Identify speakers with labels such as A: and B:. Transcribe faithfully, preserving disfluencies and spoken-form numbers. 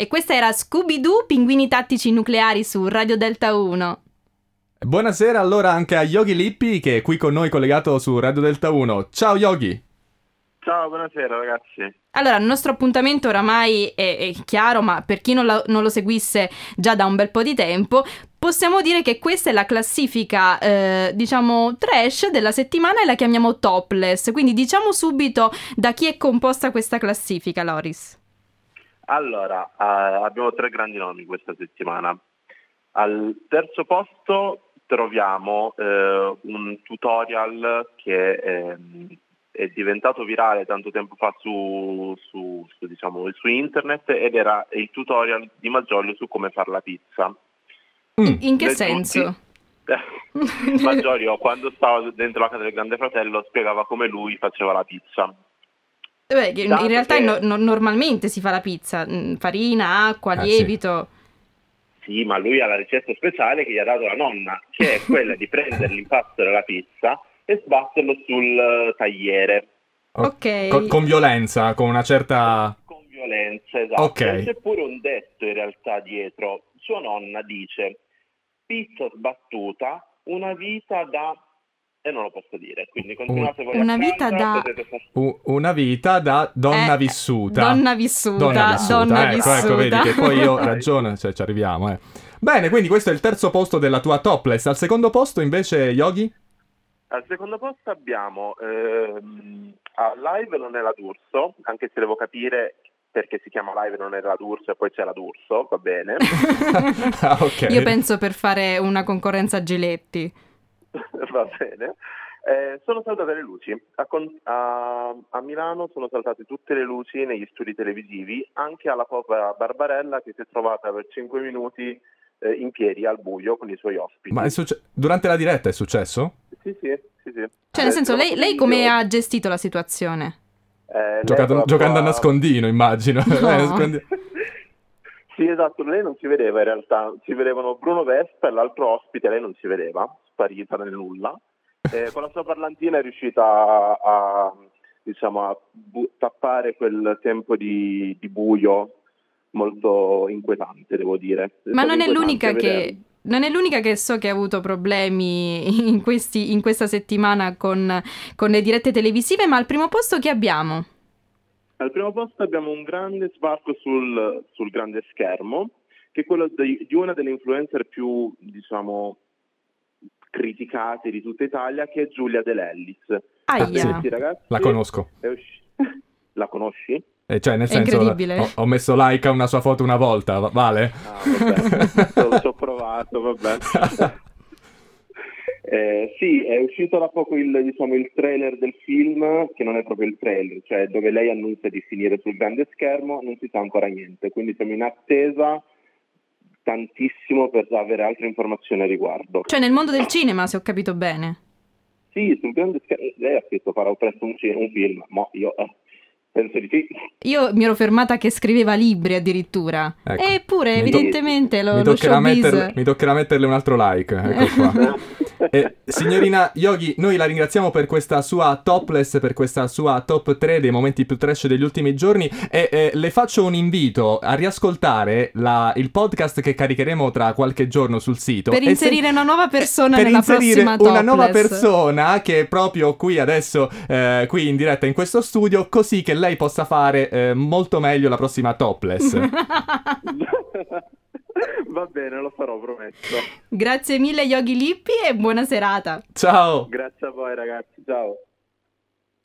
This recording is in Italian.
A: E questa era Scooby-Doo, Pinguini tattici nucleari su Radio Delta uno.
B: Buonasera allora anche a Yogi Lippi che è qui con noi collegato su Radio Delta uno. Ciao Yogi!
C: Ciao, buonasera ragazzi.
A: Allora, il nostro appuntamento oramai è, è chiaro, ma per chi non, la, non lo seguisse già da un bel po' di tempo, possiamo dire che questa è la classifica, eh, diciamo, trash della settimana e la chiamiamo topless. Quindi diciamo subito da chi è composta questa classifica, Loris.
C: Allora, eh, abbiamo tre grandi nomi questa settimana. Al terzo posto troviamo eh, un tutorial che eh, è diventato virale tanto tempo fa su, su, su, diciamo, su internet, ed era il tutorial di Maggiolio su come fare la pizza.
A: In, in che
C: Nel
A: senso?
C: Tutti, Maggiolio, quando stava dentro la casa del Grande Fratello, spiegava come lui faceva la pizza.
A: Beh, in, in realtà
C: che...
A: no, no, normalmente si fa la pizza, farina, acqua,
B: ah,
A: lievito.
C: Sì. sì, ma lui ha la ricetta speciale che gli ha dato la nonna, che è quella di prendere l'impasto della pizza e sbatterlo sul tagliere.
A: Ok.
B: Con, con violenza, con una certa...
C: Con violenza, esatto.
B: Ok.
C: C'è pure un detto in realtà dietro. Sua nonna dice: pizza sbattuta, una vita da... e non lo posso dire, quindi continuate voi
A: una
C: a
A: vita
C: casa,
A: da
C: potete far...
B: U- una vita da donna
A: eh,
B: vissuta.
A: Donna vissuta,
B: Donna vissuta,
A: donna
B: ecco,
A: vissuta.
B: ecco, vedi che poi io ho ragione, cioè ci arriviamo, eh. Bene, quindi questo è il terzo posto della tua topless. Al secondo posto invece, Yogi?
C: Al secondo posto abbiamo ehm, a Live non è la D'Urso, anche se devo capire perché si chiama Live non è la D'Urso e poi c'è la D'Urso, va bene.
B: Ah, ok.
A: Io penso per fare una concorrenza a Giletti.
C: Va bene. Eh, sono saltate le luci. A, Con- a, a Milano sono saltate tutte le luci negli studi televisivi, anche alla povera Barbarella che si è trovata per cinque minuti eh, in piedi al buio con i suoi ospiti.
B: Ma è succe- durante la diretta è successo?
C: Sì, sì, sì, sì.
A: Cioè, nel
C: Eh,
A: senso,
C: te lo
A: lei, lei
C: condivido.
A: come ha gestito la situazione?
C: Eh, lei
B: Giocando,
C: con la
B: giocando
C: sua-
B: a nascondino, immagino.
A: No.
B: Eh, nascondi-
C: Sì, esatto, lei non si vedeva in realtà, si vedevano Bruno Vespa e l'altro ospite, lei non si vedeva, sparita nel nulla. Eh, con la sua parlantina è riuscita a, a, diciamo, a bu- tappare quel tempo di, di buio molto inquietante, devo dire. È
A: Ma
C: stato
A: non è
C: inquietante
A: l'unica che...
C: vederlo.
A: Non è l'unica che so che ha avuto problemi in, questi, in questa settimana con, con le dirette televisive, ma al primo posto chi abbiamo?
C: Al primo posto abbiamo un grande sbarco sul, sul grande schermo, che è quello di, di una delle influencer più, diciamo, criticate di tutta Italia, che è Giulia De Lellis.
A: Aia.
C: Questi ragazzi
B: La conosco.
C: è usci- La conosci?
B: Eh, cioè, nel
A: È
B: senso,
A: incredibile.
B: ho, ho messo like a una sua foto una volta, va- vale?
C: Ah, vabbè, ci ho provato, vabbè. Eh, sì, è uscito da poco il, diciamo, il trailer del film, che non è proprio il trailer, cioè dove lei annuncia di finire sul grande schermo, non si sa ancora niente, quindi siamo in attesa tantissimo per avere altre informazioni a riguardo.
A: Cioè, nel mondo del cinema, se ho capito bene.
C: Sì, sul grande schermo, lei ha scritto farò presto un, un film, ma io eh, penso di sì.
A: Io mi ero fermata che scriveva libri addirittura.
B: Ecco.
A: Eppure,
B: Mi to-
A: evidentemente, lo,
B: mi,
A: lo
B: toccherà
A: showbiz...
B: metterle, mi toccherà metterle un altro like, ecco qua. Eh, signorina Yogi, noi la ringraziamo per questa sua topless, per questa sua top tre dei momenti più trash degli ultimi giorni e eh, le faccio un invito a riascoltare la, il podcast che caricheremo tra qualche giorno sul sito.
A: Per
B: E
A: inserire
B: se-
A: una nuova persona
B: per
A: nella
B: inserire
A: prossima
B: una nuova
A: topless.
B: persona che è proprio qui adesso, eh, qui in diretta in questo studio, così che lei possa fare eh, molto meglio la prossima topless.
C: Va bene, lo farò, prometto.
A: Grazie mille Yogi Lippi e buona serata.
B: Ciao!
C: Grazie a voi ragazzi, ciao.